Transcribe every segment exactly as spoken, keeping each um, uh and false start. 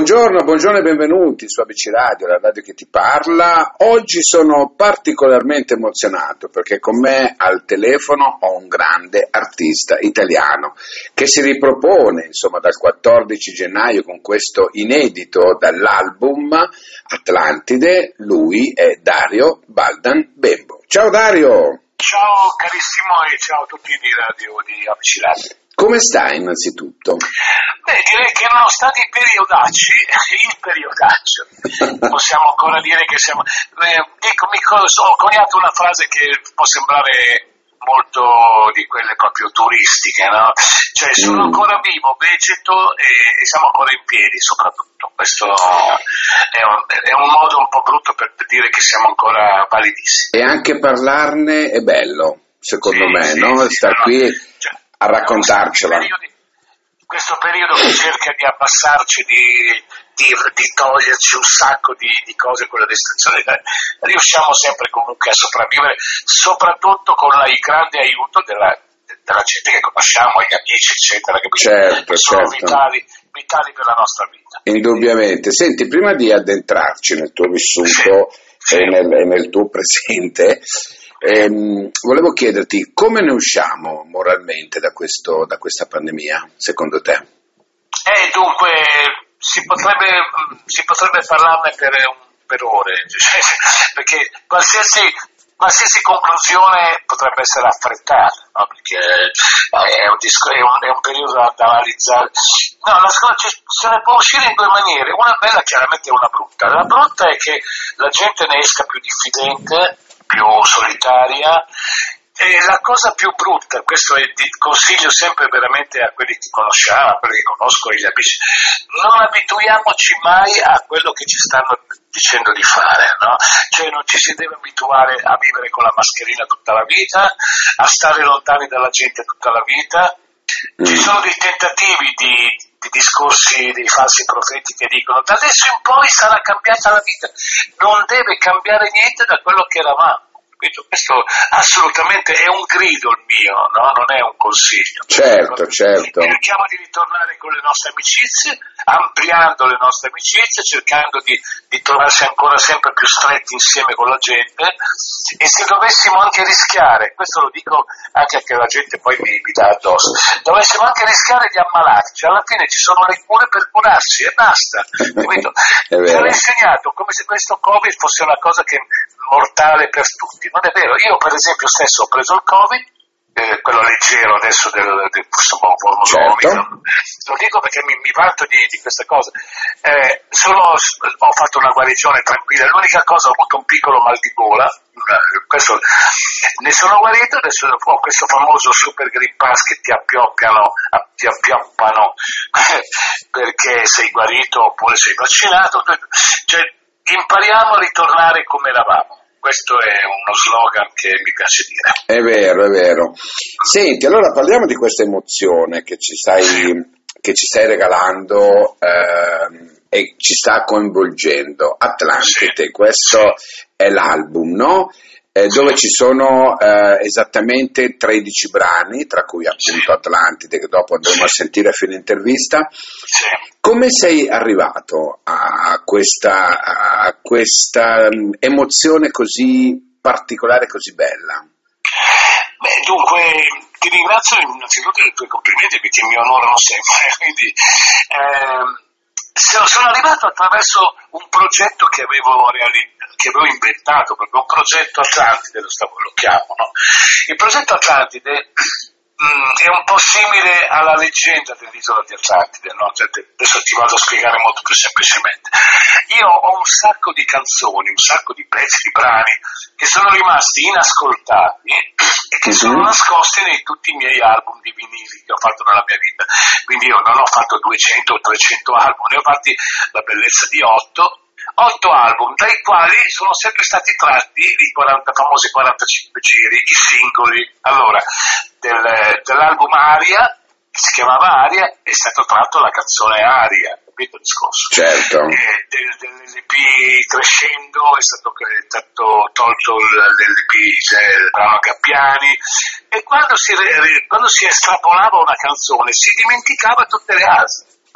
Buongiorno, buongiorno e benvenuti su A B C Radio, la radio che ti parla. Oggi sono particolarmente emozionato perché con me al telefono ho un grande artista italiano che si ripropone, insomma, dal quattordici gennaio con questo inedito dall'album Atlantide. Lui è Dario Baldan Bembo. Ciao Dario! Ciao carissimo e ciao a tutti di radio di A B C Radio. Come stai innanzitutto? Beh, direi che nonostante i periodacci, il periodaggio, possiamo ancora dire che siamo... Eh, dico, mi, ho coniato una frase che può sembrare molto di quelle proprio turistiche, no? Cioè, sono mm. ancora vivo, vegeto e, e siamo ancora in piedi soprattutto. Questo è un, è un modo un po' brutto per dire che siamo ancora validissimi. E anche parlarne è bello, secondo sì, me, sì, no? Sì, Star no, qui... Cioè, a raccontarcela. Questo periodo che cerca di abbassarci, di, di, di toglierci un sacco di, di cose con le restrizioni, riusciamo sempre comunque a sopravvivere, soprattutto con la, il grande aiuto della, della gente che conosciamo, gli amici, eccetera, che certo, sono certo. vitali, vitali per la nostra vita. Indubbiamente. Senti, prima di addentrarci nel tuo vissuto sì, e, sì. Nel, e nel tuo presente, Ehm, volevo chiederti come ne usciamo moralmente da, questo, da questa pandemia, secondo te? Eh, dunque, si potrebbe, si potrebbe parlarne per, per ore, perché qualsiasi, qualsiasi conclusione potrebbe essere affrettata, no? Perché è un, disco, è, un, è un periodo da, da analizzare. No, la se ne può uscire in due maniere, una bella chiaramente e una brutta. La brutta è che la gente ne esca più diffidente, più solitaria, e la cosa più brutta, questo è, consiglio sempre veramente a quelli che conosciamo, a quelli che conosco e gli amici, non abituiamoci mai a quello che ci stanno dicendo di fare, no? Cioè non ci si deve abituare a vivere con la mascherina tutta la vita, a stare lontani dalla gente tutta la vita. Ci sono dei tentativi di, di discorsi dei falsi profeti che dicono da adesso in poi sarà cambiata la vita, non deve cambiare niente da quello che eravamo. Questo assolutamente è un grido il mio, no? Non è un consiglio. Certo, certo. Cerchiamo di ritornare con le nostre amicizie, ampliando le nostre amicizie, cercando di, di trovarsi ancora sempre più stretti insieme con la gente, e se dovessimo anche rischiare, questo lo dico anche che la gente poi mi, mi dà addosso, dovessimo anche rischiare di ammalarci, alla fine ci sono le cure per curarsi e basta. Capito? Ci hanno insegnato come se questo Covid fosse una cosa che mortale per tutti, non è vero. Io per esempio stesso ho preso il Covid, eh, quello leggero adesso del, del certo. Lo dico perché mi, mi vanto di, di queste cose. Eh, sono, ho fatto una guarigione tranquilla, l'unica cosa, ho avuto un piccolo mal di gola, questo, ne sono guarito, adesso ho questo famoso Super Green Pass che ti appioppiano, ti appioppano perché sei guarito oppure sei vaccinato, cioè impariamo a ritornare come eravamo. Questo è uno slogan che mi piace dire. È vero, è vero. Senti, allora parliamo di questa emozione che ci stai, che ci stai regalando eh, e ci sta coinvolgendo. Atlantide, sì. Questo sì. È l'album, no? Eh, dove ci sono eh, esattamente tredici brani, tra cui appunto sì. Atlantide, che dopo andremo sì. a sentire a fine intervista. Sì. Come sei arrivato a questa, a questa emozione così particolare, così bella? Beh, dunque, ti ringrazio innanzitutto dei tuoi complimenti perché mi onorano sempre, quindi eh, sono arrivato attraverso un progetto che avevo realizzato, che avevo inventato, proprio un progetto Atlantide, lo, stavo, lo chiamo, no? Il progetto Atlantide mh, è un po' simile alla leggenda dell'isola di Atlantide, no? Cioè, adesso ti vado a spiegare molto più semplicemente. Io ho un sacco di canzoni, un sacco di pezzi, di brani che sono rimasti inascoltati e che mm-hmm. sono nascosti nei tutti i miei album di vinili che ho fatto nella mia vita. Quindi io non ho fatto duecento o trecento album, ne ho fatti la bellezza di otto. Otto album, dai quali sono sempre stati tratti i quaranta, famosi quarantacinque giri, i singoli. Allora, del, dell'album Aria, che si chiamava Aria, è stato tratto la canzone Aria, capito il discorso? Certo. E del, dell'L P Crescendo è stato, è stato tolto l'L P il brano Gabbiani, e quando si, quando si estrapolava una canzone si dimenticava tutte le altre.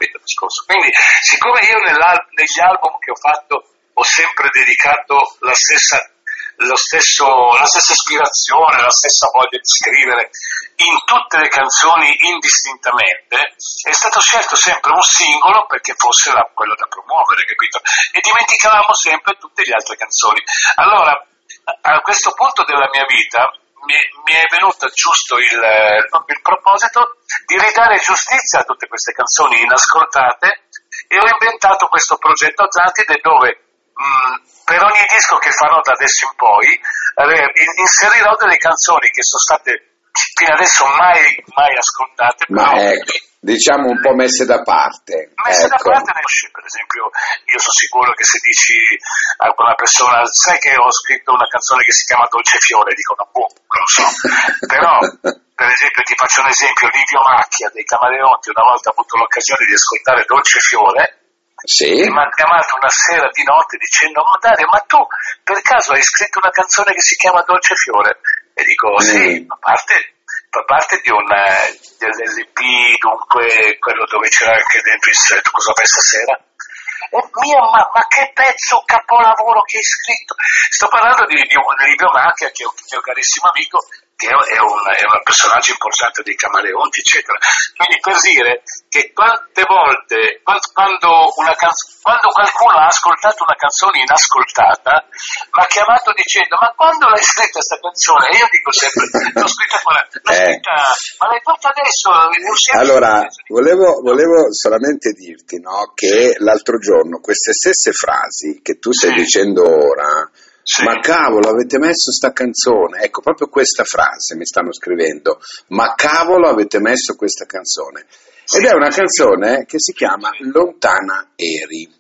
capito il discorso? Quindi, siccome io negli album che ho fatto ho sempre dedicato la stessa, lo stesso, la stessa ispirazione, la stessa voglia di scrivere in tutte le canzoni indistintamente, è stato scelto sempre un singolo perché fosse la, quello da promuovere, capito? E dimenticavamo sempre tutte le altre canzoni. Allora, a questo punto della mia vita mi, mi è venuto giusto il, il proposito di ridare giustizia a tutte queste canzoni inascoltate, e ho inventato questo progetto Atlantide dove mh, per ogni disco che farò da adesso in poi eh, inserirò delle canzoni che sono state fino adesso mai, mai ascoltate, ma però ecco, diciamo un po' messe da parte. Messe ecco. da parte, per esempio, io sono sicuro che se dici a una persona, sai che ho scritto una canzone che si chiama Dolce Fiore, dicono, boh, non lo so, però, per esempio, ti faccio un esempio, Livio Macchia dei Camaleonti una volta ha avuto l'occasione di ascoltare Dolce Fiore, sì. E mi ha chiamato una sera di notte dicendo, ma Dario, ma tu per caso hai scritto una canzone che si chiama Dolce Fiore? E dico, sì, mm. fa parte, fa parte di un dell'L P, dunque quello dove c'era anche dentro il set, cosa fai stasera? E mia, ma, ma che pezzo capolavoro che hai scritto! Sto parlando di, di un Livio Macchia, che è un mio carissimo amico, che è un, è un personaggio importante dei Camaleonti, eccetera. Quindi per dire che quante volte, quando, una canzo- quando qualcuno ha ascoltato una canzone inascoltata, mi ha chiamato dicendo, ma quando l'hai scritta questa canzone? E io dico sempre, l'ho scritta, l'ho scritta eh. ma l'hai fatta adesso? Allora, volevo, volevo solamente dirti, no, che l'altro giorno queste stesse frasi che tu stai sì. dicendo ora, sì. ma cavolo, avete messo sta canzone, ecco, proprio questa frase mi stanno scrivendo, ma cavolo, avete messo questa canzone, sì. ed è una canzone che si chiama sì. Lontana eri.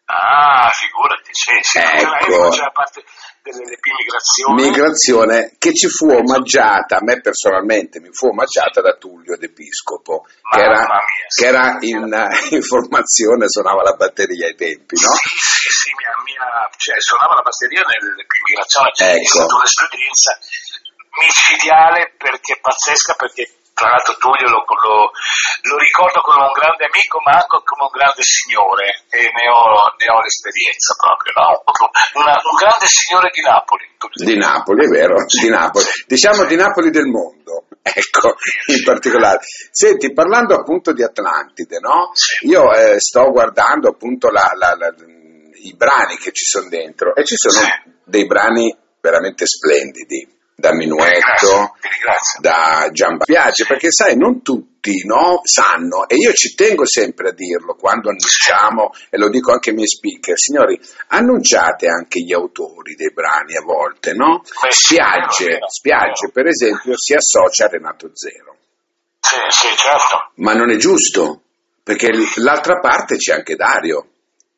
Ah, figurati, sì, sì, ecco. C'è la parte delle migrazioni. Migrazione che ci fu omaggiata, a me personalmente mi fu omaggiata da Tullio D'Episcopo, che era, mia, che era in, in formazione, suonava la batteria ai tempi, no? Sì, sì, sì mia, mia, cioè, suonava la batteria nell'immigrazione, ecco. È stata un'esperienza micidiale, perché pazzesca, perché tra l'altro Tullio lo, lo, lo ricordo come un grande amico, ma anche come un grande signore, e ne ho, ne ho l'esperienza proprio, no? Una, un grande signore di Napoli. Di Napoli, è vero, sì. di Napoli. Diciamo sì. di Napoli del mondo, ecco, in particolare. Senti, parlando appunto di Atlantide, no? Sì. Io eh, sto guardando appunto la, la, la, i brani che ci sono dentro, e ci sono sì. dei brani veramente splendidi. Da Minuetto, da Giamba Piagge, perché sai, non tutti no, sanno, e io ci tengo sempre a dirlo quando annunciamo, e lo dico anche ai miei speaker, signori, annunciate anche gli autori dei brani a volte, no? Spiagge, Spiagge per esempio si associa a Renato Zero. Sì, sì, certo. Ma non è giusto, perché l'altra parte c'è anche Dario.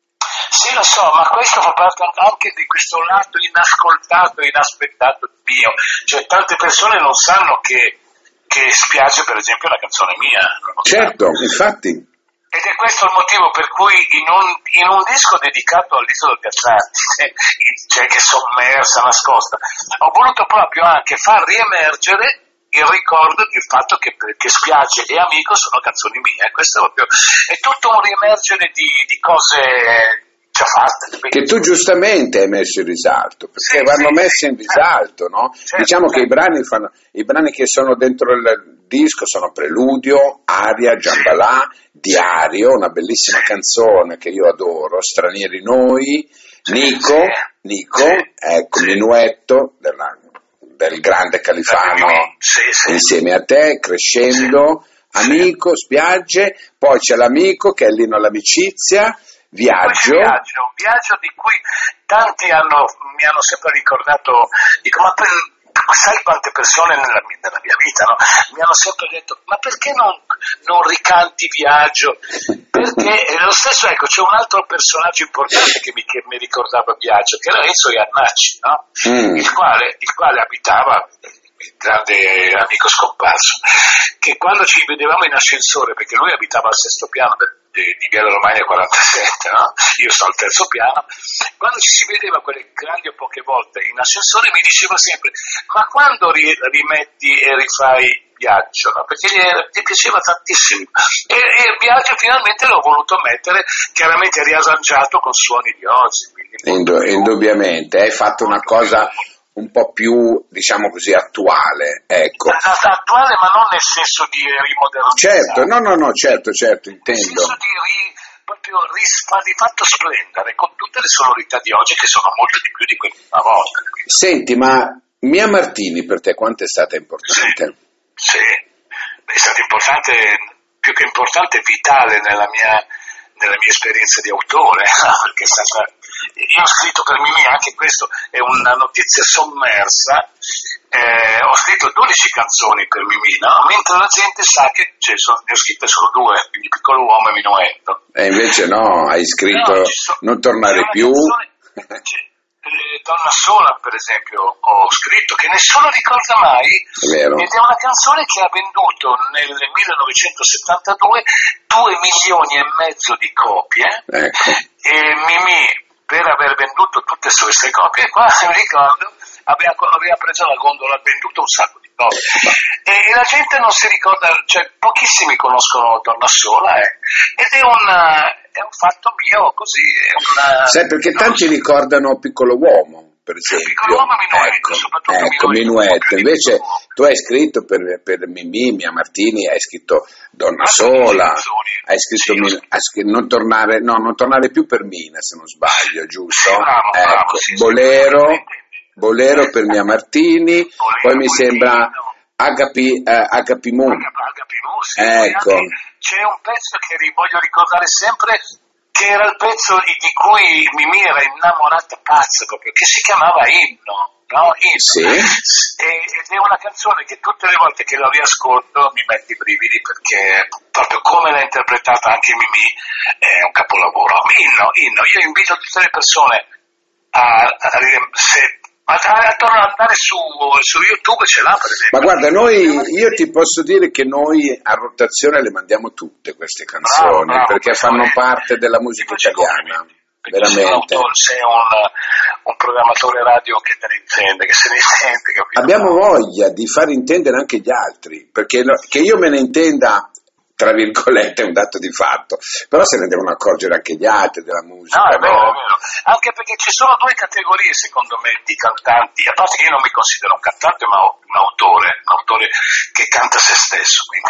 Sì, lo so, ma questo fa parte anche di questo lato inascoltato e inaspettato mio. Cioè, tante persone non sanno che, che Spiagge, per esempio, è una canzone mia. Certo, sanno. Infatti. Ed è questo il motivo per cui in un, in un disco dedicato all'isola di Atlantide, cioè che è sommersa, nascosta, ho voluto proprio anche far riemergere il ricordo del fatto che, che Spiagge e Amico sono canzoni mie. Questo è proprio, è tutto un riemergere di, di cose fatte. Che tu giustamente hai messo in risalto, perché sì, vanno sì, messi in risalto, no? Certo, diciamo certo. che i brani, fanno, i brani che sono dentro il disco sono Preludio, Aria, Giambalà, Diario, una bellissima canzone che io adoro, Stranieri Noi, Nico, Nico, ecco, Minuetto, della, del grande Califano, sì, sì. insieme a te, Crescendo, Amico, Spiagge, poi c'è l'Amico che è l'inno all'amicizia, Viaggio. viaggio, un viaggio di cui tanti hanno, mi hanno sempre ricordato, dico, ma per, sai quante persone nella, nella mia vita, no? Mi hanno sempre detto, ma perché non, non ricanti Viaggio? Perché lo stesso, ecco, c'è un altro personaggio importante che mi, che mi ricordava Viaggio, che era Enzo Iannacci, no? Mm. il, quale, il quale abitava il grande amico scomparso, che quando ci vedevamo in ascensore, perché lui abitava al sesto piano di, di Via Romagna quarantasette, no? Io sto al terzo piano, quando ci si vedeva quelle grandi o poche volte in ascensore mi diceva sempre: ma quando ri, rimetti e rifai Viaggio? No? Perché gli, gli piaceva tantissimo, e, e Viaggio finalmente l'ho voluto mettere, chiaramente riarrangiato con suoni di oggi. Indu- indubbiamente, hai fatto una cosa un po' più, diciamo così, attuale, ecco. Attuale, ma non nel senso di rimodernizzare. Certo, no, no, no, certo, certo, intendo. Nel senso di ri, proprio rispa, di fatto splendere, con tutte le sonorità di oggi che sono molto di più di quelle di una volta. Senti, ma Mia Martini per te quanto è stata importante? Sì, sì, è stata importante, più che importante, vitale nella mia, nella mia esperienza di autore, perché è stata... Io ho scritto per Mimì, anche questo è una notizia sommersa, eh, ho scritto dodici canzoni per Mimì, no? Mentre la gente sa che cioè, sono, ne ho scritte solo due, quindi Piccolo Uomo e Minuetto. E invece no, hai scritto no, so, Non tornare più. Canzone, eh, Donna Sola, per esempio, ho scritto, che nessuno ricorda mai, è vero. Ed è una canzone che ha venduto nel millenovecentosettantadue due milioni e mezzo di copie, ecco. E Mimì, per aver venduto tutte queste copie, qua mi ricordo, aveva, aveva preso la gondola, ha venduto un sacco di copie. E, e la gente non si ricorda, cioè pochissimi conoscono Donna Sola, eh. Ed è, una, è un fatto mio, così. È una, Sai, perché tanti so. ricordano Piccolo Uomo, per esempio. Piccolo Uomo e Minuetto, ecco, soprattutto ecco, Minuetto. Invece tu hai scritto per, per Mimì, Mia Martini, hai scritto Donna Sola, hai scritto, sì, Min- hai scritto non, tornare, no, non tornare più per Mina, se non sbaglio, giusto? Sì, bravo, ecco, bravo, sì, Bolero, sì, Bolero per Mia Martini, Bolero, poi mi Bolero. sembra H P, eh, H P Moon. H P Moon, sì, ecco. C'è un pezzo che voglio ricordare sempre, che era il pezzo di cui Mimì era innamorata pazza proprio, che si chiamava Inno, no? Inno. Sì. E, ed è una canzone che tutte le volte che la riascolto mi mette i brividi, perché proprio come l'ha interpretata anche Mimì è un capolavoro. Inno, Inno, io invito tutte le persone a, a, se, a, a, a andare su, su YouTube, ce l'ha per esempio. Ma guarda, noi, io ti posso dire che noi a rotazione le mandiamo tutte queste canzoni, bravo, bravo, perché fanno è, parte della musica italiana, veramente. Sei un, un programmatore radio che te ne intende, che se ne intende, capito? Abbiamo voglia di far intendere anche gli altri, perché no, che io me ne intenda, tra virgolette, è un dato di fatto, però se ne devono accorgere anche gli altri della musica. No, è vero, no? È vero. Anche perché ci sono due categorie, secondo me, di cantanti, a parte che io non mi considero un cantante, ma un autore, un autore che canta se stesso, quindi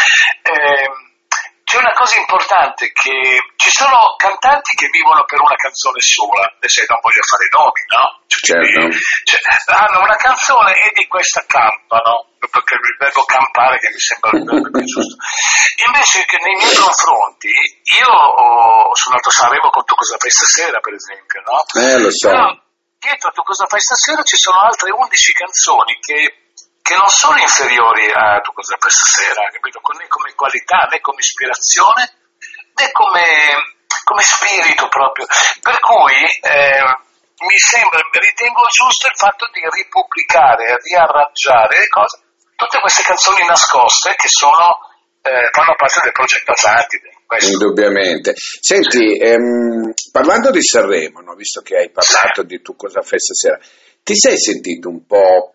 ehm, c'è una cosa importante, che ci sono cantanti che vivono per una canzone sola, adesso non voglio fare nomi, no? Cioè, certo. Cioè, hanno una canzone e di questa campano, perché il verbo campare che mi sembra il verbo più giusto. Invece che nei miei confronti, io ho, sono andato a Sanremo con Tu cosa fai stasera, per esempio, no? Eh, lo so. Però dietro a Tu cosa fai stasera ci sono altre undici canzoni che che non sono inferiori a Tu cosa fai stasera, capito? Né come qualità, né come ispirazione, né come, come spirito proprio. Per cui eh, mi sembra, ritengo giusto il fatto di ripubblicare, riarrangiare le cose, tutte queste canzoni nascoste che sono, eh, fanno parte del progetto Atlantide. Questo. Indubbiamente. Senti, ehm, parlando di Sanremo, no? Visto che hai parlato di Tu cosa fai stasera, ti sei sentito un po'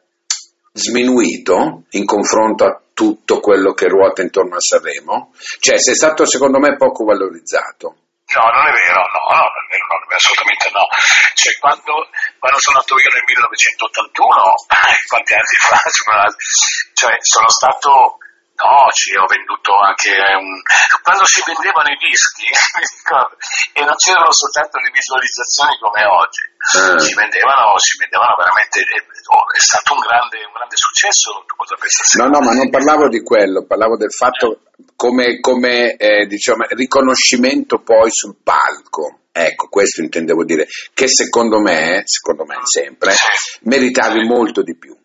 sminuito in confronto a tutto quello che ruota intorno a Sanremo? Cioè, sei stato secondo me poco valorizzato. No, non è vero, no, no, non è vero, no, assolutamente no. Cioè, quando, quando sono nato io nel millenovecentottantuno, quanti anni fa, cioè, sono stato, no, ci ho venduto anche un... quando si vendevano i dischi, mi ricordo, e non c'erano soltanto le visualizzazioni come oggi, eh. si vendevano, si vendevano veramente, oh, è stato un grande, un grande successo. No, no, ma non parlavo di quello, parlavo del fatto come, come eh, diciamo, riconoscimento poi sul palco. Ecco, questo intendevo dire, che secondo me, secondo me sempre, meritavi molto di più.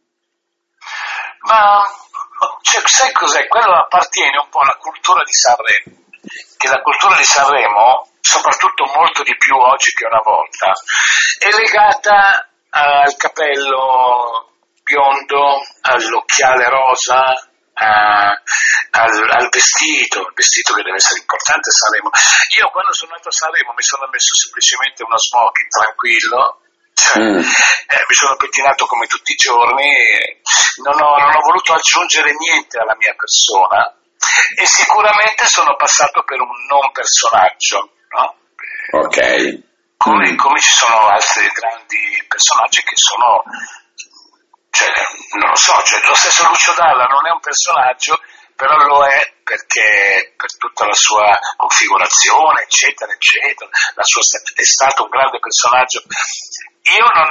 Ma cioè, sai cos'è? Quello appartiene un po' alla cultura di Sanremo, che la cultura di Sanremo, soprattutto molto di più oggi che una volta, è legata al capello biondo, all'occhiale rosa, a, al, al vestito, il vestito che deve essere importante a Sanremo. Io quando sono andato a Sanremo mi sono messo semplicemente uno smoking tranquillo, cioè, Mm. eh, mi sono pettinato come tutti i giorni, eh, non ho, non ho voluto aggiungere niente alla mia persona e sicuramente sono passato per un non personaggio, no? Ok. Come, Mm. come ci sono altri grandi personaggi che sono, cioè, non lo so, cioè, lo stesso Lucio Dalla non è un personaggio, però lo è perché per tutta la sua configurazione, eccetera, eccetera, la sua, è stato un grande personaggio. Io non,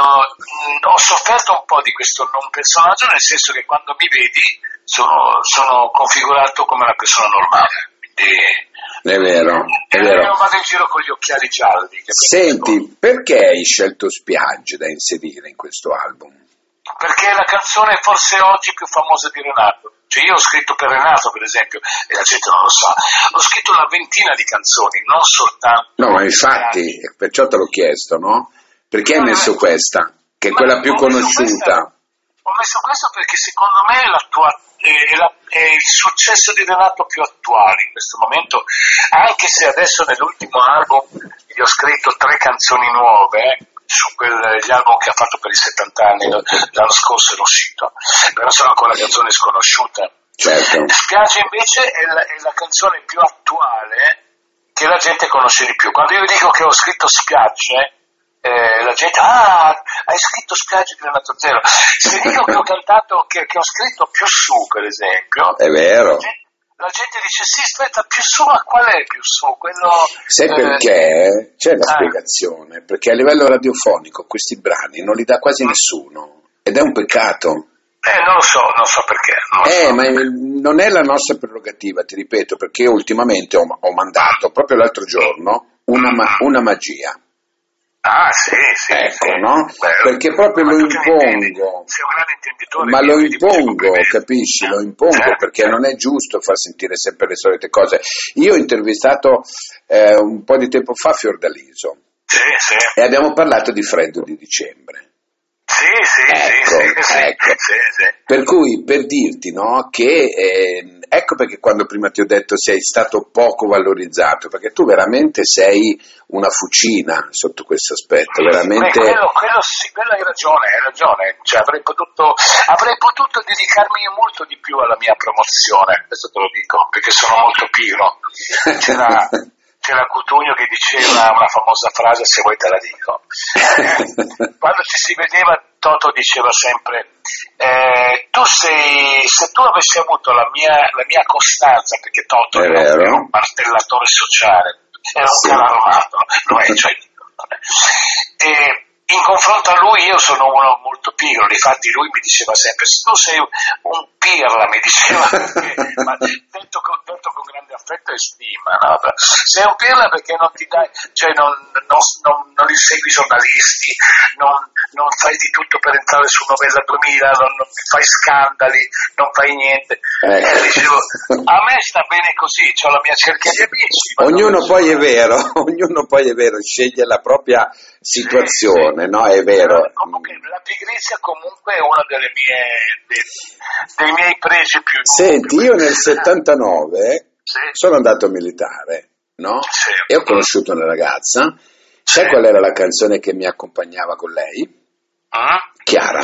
no, ho sofferto un po' di questo non personaggio, nel senso che quando mi vedi sono, sono configurato come una persona normale. Quindi, È vero, è e vero. non vado in giro con gli occhiali gialli. Che Senti, perché hai scelto Spiagge da inserire in questo album? Perché è la canzone forse oggi più famosa di Renato. Cioè io ho scritto per Renato, per esempio, e la gente non lo sa, ho scritto una ventina di canzoni, non soltanto. No, ma infatti, perciò te l'ho chiesto, no? Perché hai messo questa, che è quella più conosciuta? Ho messo questo perché secondo me è, l'attua- è, la- è il successo di Renato più attuale in questo momento, anche se adesso nell'ultimo album gli ho scritto tre canzoni nuove, eh, su quegli album che ha fatto per i settanta anni, l'anno scorso è uscito, però sono ancora canzoni sconosciute. Certo. Spiagge invece è la, è la canzone più attuale che la gente conosce di più. Quando io dico che ho scritto Spiagge, eh, la gente, ah, hai scritto Spiagge di Renato Zero. Se dico che ho cantato, che, che ho scritto Più su, per esempio, È vero. la gente, la gente dice sì, aspetta, Più su, ma qual è Più su? Quello, Sai eh, perché? C'è la ah. spiegazione, perché a livello radiofonico questi brani non li dà quasi nessuno ed è un peccato. Eh, non lo so, non so perché. Non lo Eh, so. ma non è la nostra prerogativa, ti ripeto, perché io ultimamente ho, ho mandato, proprio l'altro giorno, una, ma- una magia. Ah, sì, sì. Ecco, sì. no? Beh, Perché proprio ma lo tu che ne intendi? impongo. Sei un grande intenditore. Ma io lo ti dico impongo, complimenti. capisci? Lo impongo Certo, perché certo. non è giusto far sentire sempre le solite cose. Io ho intervistato eh, un po' di tempo fa Fiordaliso Sì, sì. e abbiamo parlato di Freddo di dicembre. Sì, sì, Ecco, sì, sì, ecco. sì, sì. Per cui, per dirti, no, che eh, ecco perché quando prima ti ho detto sei stato poco valorizzato, perché tu veramente sei una fucina sotto questo aspetto, veramente. Beh, quello, quello sì, quello hai ragione, hai ragione. Cioè, avrei potuto, avrei potuto dedicarmi molto di più alla mia promozione, questo te lo dico, perché sono molto pigro. C'era, c'era Cutugno che diceva una famosa frase, se vuoi te la dico. Eh, quando ci si vedeva, Toto diceva sempre, eh, tu sei, se tu avessi avuto la mia, la mia costanza, perché Toto È era, vero. era un martellatore sociale, era un Sì. carro armato, lo è, cioè, e in confronto a lui io sono uno molto pigro, infatti lui mi diceva sempre, se tu sei un pirla, mi diceva, perché, ma detto con, detto con grande affetto e stima, no? Sei un pirla perché non ti dai, cioè non, non, non, non insegui i giornalisti, non, non fai di tutto per entrare su Novella duemila, non, non fai scandali, non fai niente. Ecco. E dicevo, a me sta bene così, ho la mia cerchia di amici. ma Ognuno non poi è sono- vero, ognuno poi è vero, sceglie la propria situazione, no? È vero. Comunque, la pigrizia comunque è uno delle mie, dei, dei miei pregi più. Senti, io nel settantanove Sì. sono andato militare, no? Sì. E ho conosciuto una ragazza. Sai Sì. qual era la canzone che mi accompagnava con lei? Mm? Chiara.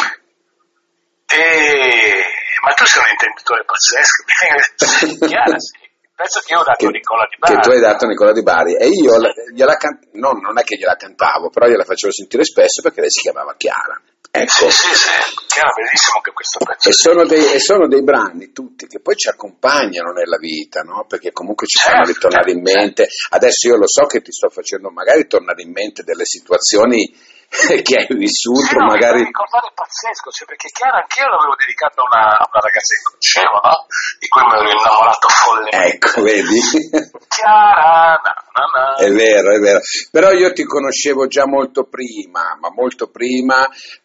E... Ma tu sei un intenditore pazzesco. Chiara, sì. Penso che io ho dato Che, Nicola Di che Bari. tu hai dato a Nicola Di Bari e io la- gliela can- no, non è che gliela cantavo, però gliela facevo sentire spesso perché lei si chiamava Chiara. Ecco. Sì, sì, sì. Chiara, bellissimo anche questo pezzo. E sono, dei, e sono dei brani tutti che poi ci accompagnano nella vita, no? Perché comunque ci fanno Certo, ritornare in mente. Adesso io lo so che ti sto facendo magari tornare in mente delle situazioni che hai vissuto, Sì, no, magari. mi fai ricordare pazzesco, cioè, perché Chiara anch'io l'avevo dedicato a una, a una ragazza che conoscevo, no? Di cui mi ero innamorato follemente. Ecco, vedi? Chiara, na, na, na. È vero, è vero. Però io ti conoscevo già molto prima, ma molto prima,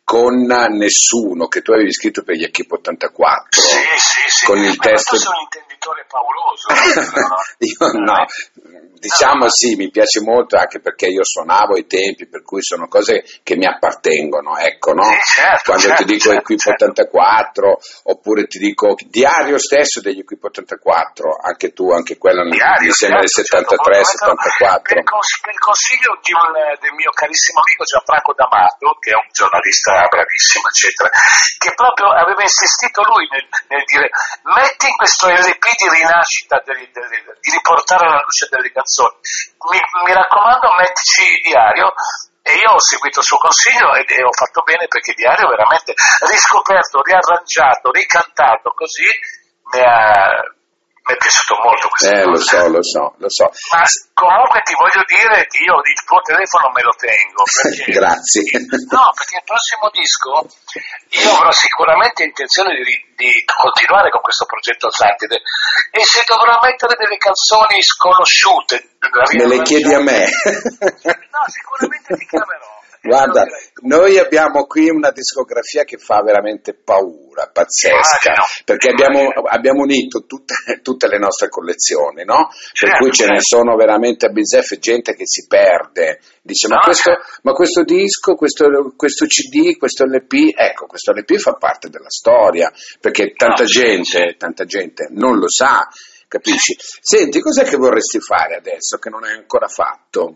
con nessuno, che tu avevi scritto per gli Equip ottantaquattro, sì, sì, sì. con il Ma testo... tu sei un intenditore pauroso. No? Io no, diciamo sì, mi piace molto anche perché io suonavo ai tempi, per cui sono cose che mi appartengono, ecco, no? Sì, certo, Quando certo, ti dico certo, Equip certo. ottantaquattro, oppure ti dico Diario stesso degli Equip ottantaquattro, anche tu, anche quella Diario, mi sembra del certo, settantatré certo, settantaquattro. per, cons- per consiglio di un, del mio carissimo amico Gianfranco D'Amato, che è un giornalista bravissimo, eccetera, che proprio aveva insistito lui nel, nel dire metti in questo L P di rinascita, delle, delle, di riportare alla luce delle canzoni, mi, mi raccomando mettici Diario. E io ho seguito il suo consiglio e, e ho fatto bene, perché Diario veramente riscoperto, riarrangiato, ricantato così mi ha... mi è piaciuto molto questo. Eh, lo so, lo so, lo so. Ma comunque ti voglio dire che io il tuo telefono me lo tengo. Perché, Grazie. No, perché il prossimo disco io avrò sicuramente intenzione di, di continuare con questo progetto Atlantide, e se dovrò mettere delle canzoni sconosciute... Me le chiedi a me? No, sicuramente ti chiamerò. Guarda, noi abbiamo qui una discografia che fa veramente paura, pazzesca, Immagino, perché abbiamo, abbiamo unito tutte, tutte le nostre collezioni, no? Per certo, cui ce ne certo. sono veramente a bizzeffe, gente che si perde, dice ma, No, questo, certo. ma questo disco, questo, questo C D, questo L P, ecco, questo L P fa parte della storia, perché tanta No, gente, sì. tanta gente non lo sa, capisci? Senti, cos'è che vorresti fare adesso che non hai ancora fatto?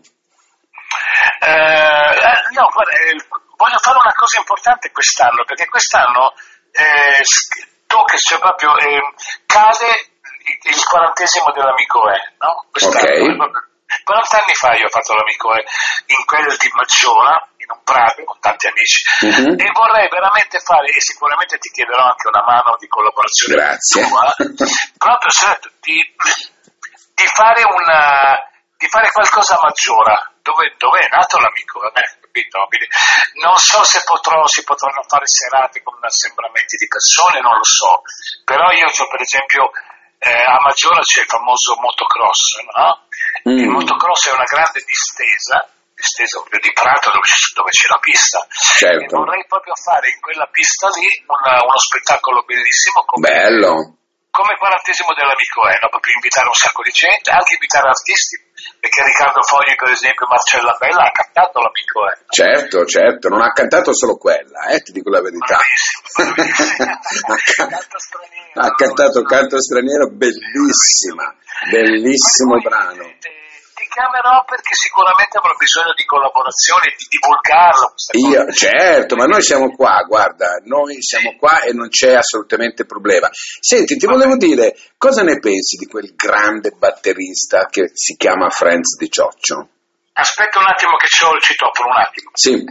Eh, no, guarda, eh, voglio fare una cosa importante quest'anno, perché quest'anno eh, tu che c'è proprio eh, cade il, il quarantesimo dell'Amico E, no? Quest'anno, Ok. quaranta anni fa io ho fatto l'Amico E in quel di Maggiora, in un prato con tanti amici, Mm-hmm. e vorrei veramente fare, e sicuramente ti chiederò anche una mano di collaborazione Grazie. tua, proprio certo, di, di fare una di fare qualcosa a Maggiora, dove, dove è nato l'Amico, eh, capito? Non so se potrò, si potranno fare serate con assembramenti di persone, non lo so, però io c'ho, per esempio, eh, a Maggiora c'è il famoso motocross, no? Mm. Il motocross è una grande distesa, distesa proprio di prato dove c'è, dove c'è la pista, Certo. e vorrei proprio fare in quella pista lì una, uno spettacolo bellissimo come... Bello. Come quarantesimo dell'Amico E, no? Proprio invitare un sacco di gente, anche invitare artisti, perché Riccardo Fogli, per esempio, Marcella Bella ha cantato l'Amico E. Certo, certo, non ha cantato solo quella, eh, ti dico la verità. Bravissimo, bravissimo. Canto straniero. Ha cantato no? Canto straniero, bellissima, bellissimo Poi, brano. Ti, ti chiamerò perché sicuramente avrò bisogno di collaborazione, di divulgarlo. Questa Io, cosa. certo, ma noi siamo qua, guarda, noi siamo qua e non c'è assolutamente problema. Senti, ti volevo dire, cosa ne pensi di quel grande batterista che si chiama Franz Di Cioccio? Aspetta un attimo che c'ho il citofono, un attimo. Sì.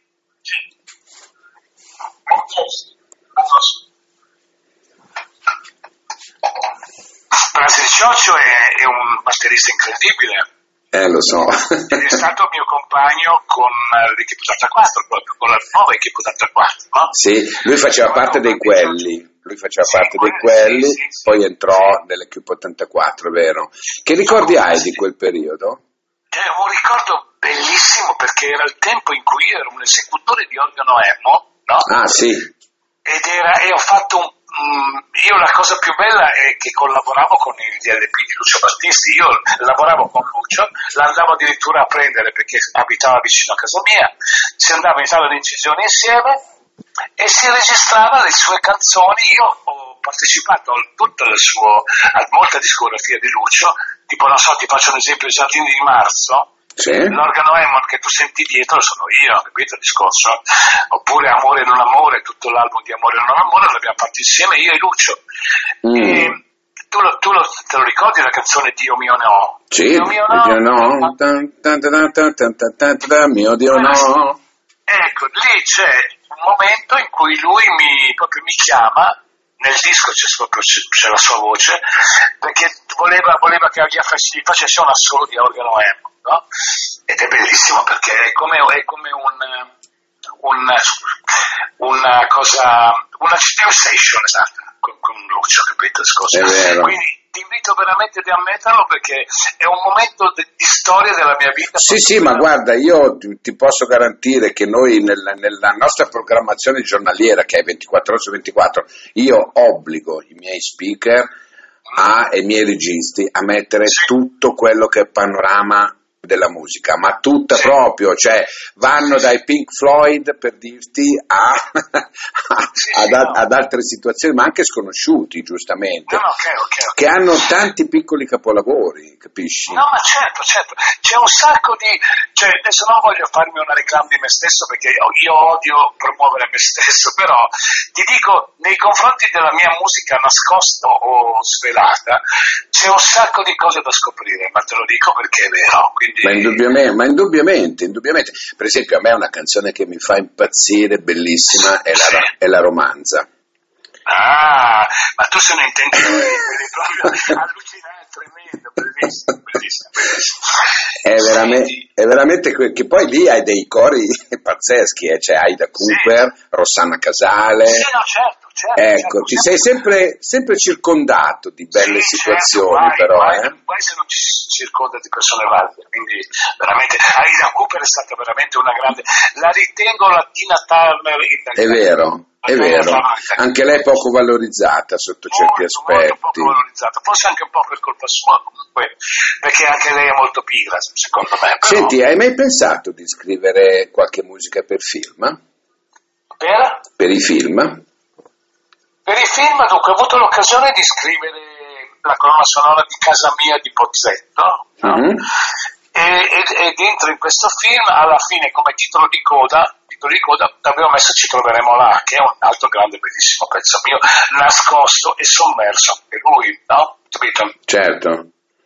Franz Di Cioccio è, è un batterista incredibile. Eh, lo so. È stato mio compagno con l'Equipe ottantaquattro, proprio con la nuova Equipe ottantaquattro, no? Sì, lui faceva parte dei quelli, lui faceva Sì, parte dei quelli, quelli, sì, sì, poi sì, entrò sì. nell'Equipe ottantaquattro, è vero. Che ricordi hai di quel periodo? È un ricordo bellissimo, perché era il tempo in cui io ero un esecutore di organo emo, no? Ah, sì. Ed era, e ho fatto un, um, io la cosa più bella è che collaboravo con il D L P di Lucio Battisti, io lavoravo con Lucio, l'andavo addirittura a prendere perché abitava vicino a casa mia, si andava in sala di incisione insieme e si registrava le sue canzoni. Io ho partecipato a tutta la sua, a molta discografia di Lucio, tipo, non so, ti faccio un esempio, i Giardini di Marzo. Sì. L'organo Hammond che tu senti dietro sono io, capito il discorso? Oppure Amore e non amore, tutto l'album di Amore e non amore l'abbiamo fatto insieme io e Lucio. Mm. E tu, lo, tu lo, te lo ricordi la canzone Dio mio no? Sì, Dio mio no, Dio no, tan, tan, tan, tan, tan, tan, tan, tan, mio Dio no. Ecco, lì c'è un momento in cui lui mi, proprio mi chiama, nel disco c'è, proprio, c'è, c'è la sua voce, perché voleva, voleva che gli facesse un assolo di organo Hammond, no? Ed è bellissimo perché è come, è come un, un, una cosa, una jam session, esatto, con, con Lucio, capito? È vero. Quindi ti invito veramente ad ammetterlo perché è un momento di, di storia della mia vita. Sì, sì, ma guarda, io ti, ti posso garantire che noi nella, nella nostra programmazione giornaliera, che è ventiquattro ore su ventiquattro, io obbligo i miei speaker a, e i miei registi a mettere sì. tutto quello che è panorama della musica, ma tutta sì. proprio, cioè vanno sì, dai sì. Pink Floyd, per dirti, a, a, sì, ad, sì, no. ad altre situazioni, ma anche sconosciuti, giustamente, no, no, okay, okay, okay. che hanno tanti piccoli capolavori, capisci? No, ma certo, certo, c'è un sacco di, cioè adesso non voglio farmi una reclama di me stesso perché io odio promuovere me stesso, però ti dico, nei confronti della mia musica nascosta o svelata, c'è un sacco di cose da scoprire, ma te lo dico perché è vero. Quindi... Ma indubbiamente, ma indubbiamente, indubbiamente. Per esempio, a me una canzone che mi fa impazzire, bellissima, è la, sì. è la Romanza. Ah, ma tu se ne intendi proprio allucinante, tremendo, bellissimo, bellissimo, bellissimo. È veramente, è veramente que- che poi lì hai dei cori pazzeschi, eh? Cioè Aida Cooper, sì. Rossana Casale. Sì, no, certo, certo. Ecco, certo, ti certo. sei sempre, sempre circondato di belle sì, situazioni, certo, guai, però. Guai, eh? guai se non ci circonda di persone valide, quindi veramente Aida Cooper è stata veramente una grande, la ritengo la Tina Turner italiana. È vero. È vero, anche lei è poco valorizzata sotto molto, certi aspetti. Molto poco valorizzata, forse anche un po' per colpa sua comunque, perché anche lei è molto pigra, secondo me. Però... Senti, hai mai pensato di scrivere qualche musica per film? Per? Per i film? Per i film, dunque, ho avuto l'occasione di scrivere la colonna sonora di Casa Mia di Pozzetto, no? Mm-hmm. e, e, e dentro in questo film, alla fine, come titolo di coda, di coda avevo messo Ci troveremo là, che è un altro grande bellissimo pezzo mio, nascosto e sommerso anche lui, no? Capito? Certo.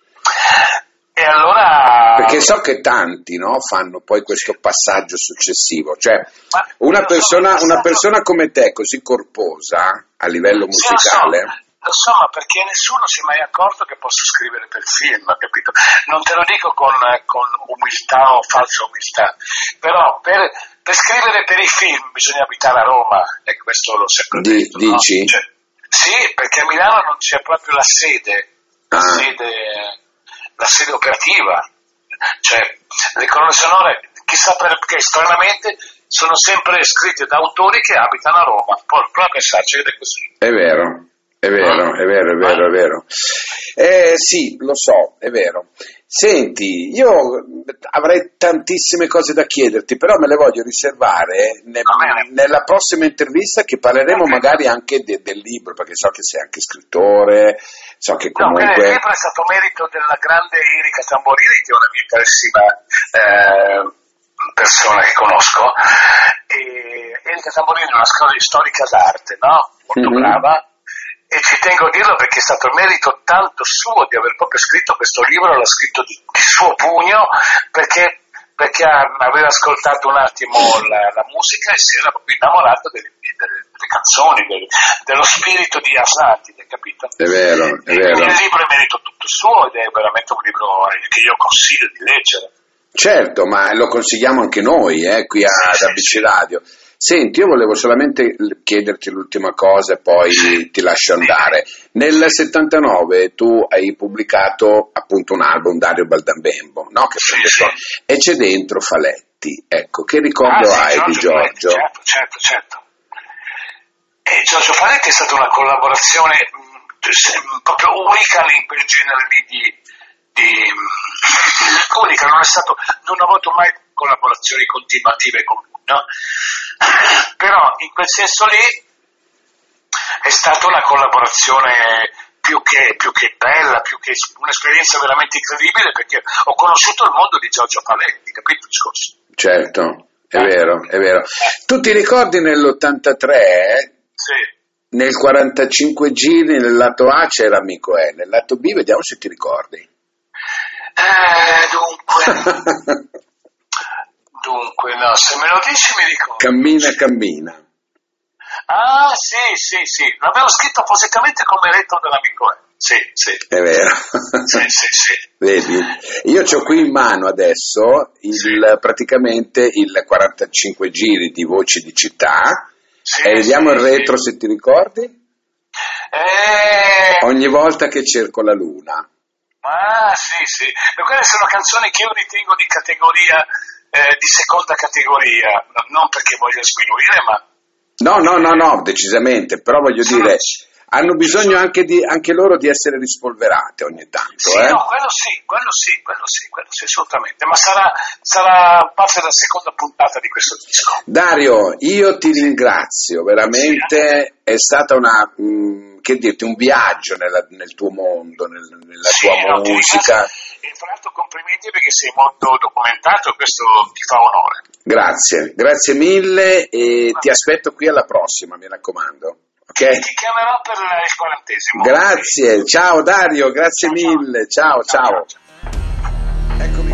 E allora... Perché so che tanti, no, fanno poi questo passaggio successivo, cioè una persona, una persona come te, così corposa a livello musicale... Sì, lo so, ma perché nessuno si è mai accorto che posso scrivere per film, capito? Non te lo dico con, con umiltà o falsa umiltà, però per, per scrivere per i film bisogna abitare a Roma, e questo l'ho sempre Di, detto. Dici? No? Cioè, sì, perché a Milano non c'è proprio la sede, la, ah. sede, la sede operativa, cioè le colonne sonore, chissà perché, stranamente, sono sempre scritte da autori che abitano a Roma, poi prova a pensarci ed è così. È vero. È vero, è vero, è vero, è vero. Eh, sì, lo so, è vero. Senti, io avrei tantissime cose da chiederti, però me le voglio riservare ne, nella prossima intervista, che parleremo okay. magari anche de, del libro, perché so che sei anche scrittore, so che comunque... No, il libro è stato merito della grande Erika Tamborini, che è una mia carissima eh, persona che conosco, e Erika Tamborini è una storica d'arte, no? Molto mm-hmm. brava. E ci tengo a dirlo perché è stato il merito tanto suo di aver proprio scritto questo libro, l'ha scritto di, di suo pugno, perché, perché aveva ascoltato un attimo la, la musica e si era proprio innamorato delle, delle, delle canzoni, del, dello spirito di Atlantide, capito? È vero, è e vero. Il libro è merito tutto suo ed è veramente un libro che io consiglio di leggere. Certo, ma lo consigliamo anche noi, eh, qui a, sì, ad A B C sì, Radio. Senti, io volevo solamente chiederti l'ultima cosa e poi sì, ti lascio andare. Nel settantanove tu hai pubblicato appunto un album, Dario Baldambembo, no? Che sì, sì. E c'è dentro Faletti, ecco, che ricordo ah, hai sì, Giorgio di Giorgio? Faletti, certo, certo, certo. E Giorgio Faletti è stata una collaborazione mh, proprio unica in quel genere di, di mh, unica, non è stato, non ho avuto mai collaborazioni continuative con lui, no? Però in quel senso lì è stata una collaborazione più che, più che bella, più che un'esperienza veramente incredibile, perché ho conosciuto il mondo di Giorgio Faletti, capito il discorso? Certo, è eh. vero, è vero. Tu ti ricordi nell'ottantatré? Sì. Nel quarantacinque giri nel lato A c'era Amico E, nel lato B vediamo se ti ricordi. Eh, dunque... Dunque, no, se me lo dici mi ricordo. Cammina, cammina. Ah, sì, sì, sì. L'avevo scritto appositamente come retro dell'Amico E. Sì, sì. È vero. Sì, sì, sì. Vedi? Io c'ho qui in mano adesso il, sì. praticamente il quarantacinque giri di Voci di Città. Sì, e vediamo sì, il retro, sì. se ti ricordi. Eh... Ogni volta che cerco la luna. Ah, sì, sì. Ma quelle sono canzoni che io ritengo di categoria, eh, di seconda categoria, non perché voglio sminuire, ma... No, no, no, no, decisamente, però voglio sono... dire, hanno bisogno anche, di, anche loro di essere rispolverate ogni tanto. Sì, eh? no, quello sì, quello sì, quello sì, quello sì, assolutamente, ma sarà, sarà parte della seconda puntata di questo disco. Dario, io ti ringrazio, veramente, sì, è stata una... Mh, che dirti, un viaggio nella, nel tuo mondo, nel, nella sì, tua no, musica. E tra l'altro complimenti perché sei molto documentato, questo ti fa onore. Grazie, grazie mille e Va ti aspetto qui alla prossima, mi raccomando. Okay? Ti chiamerò per il quarantesimo. Grazie, ciao Dario, grazie ciao, mille, ciao ciao. ciao. ciao. Ecco.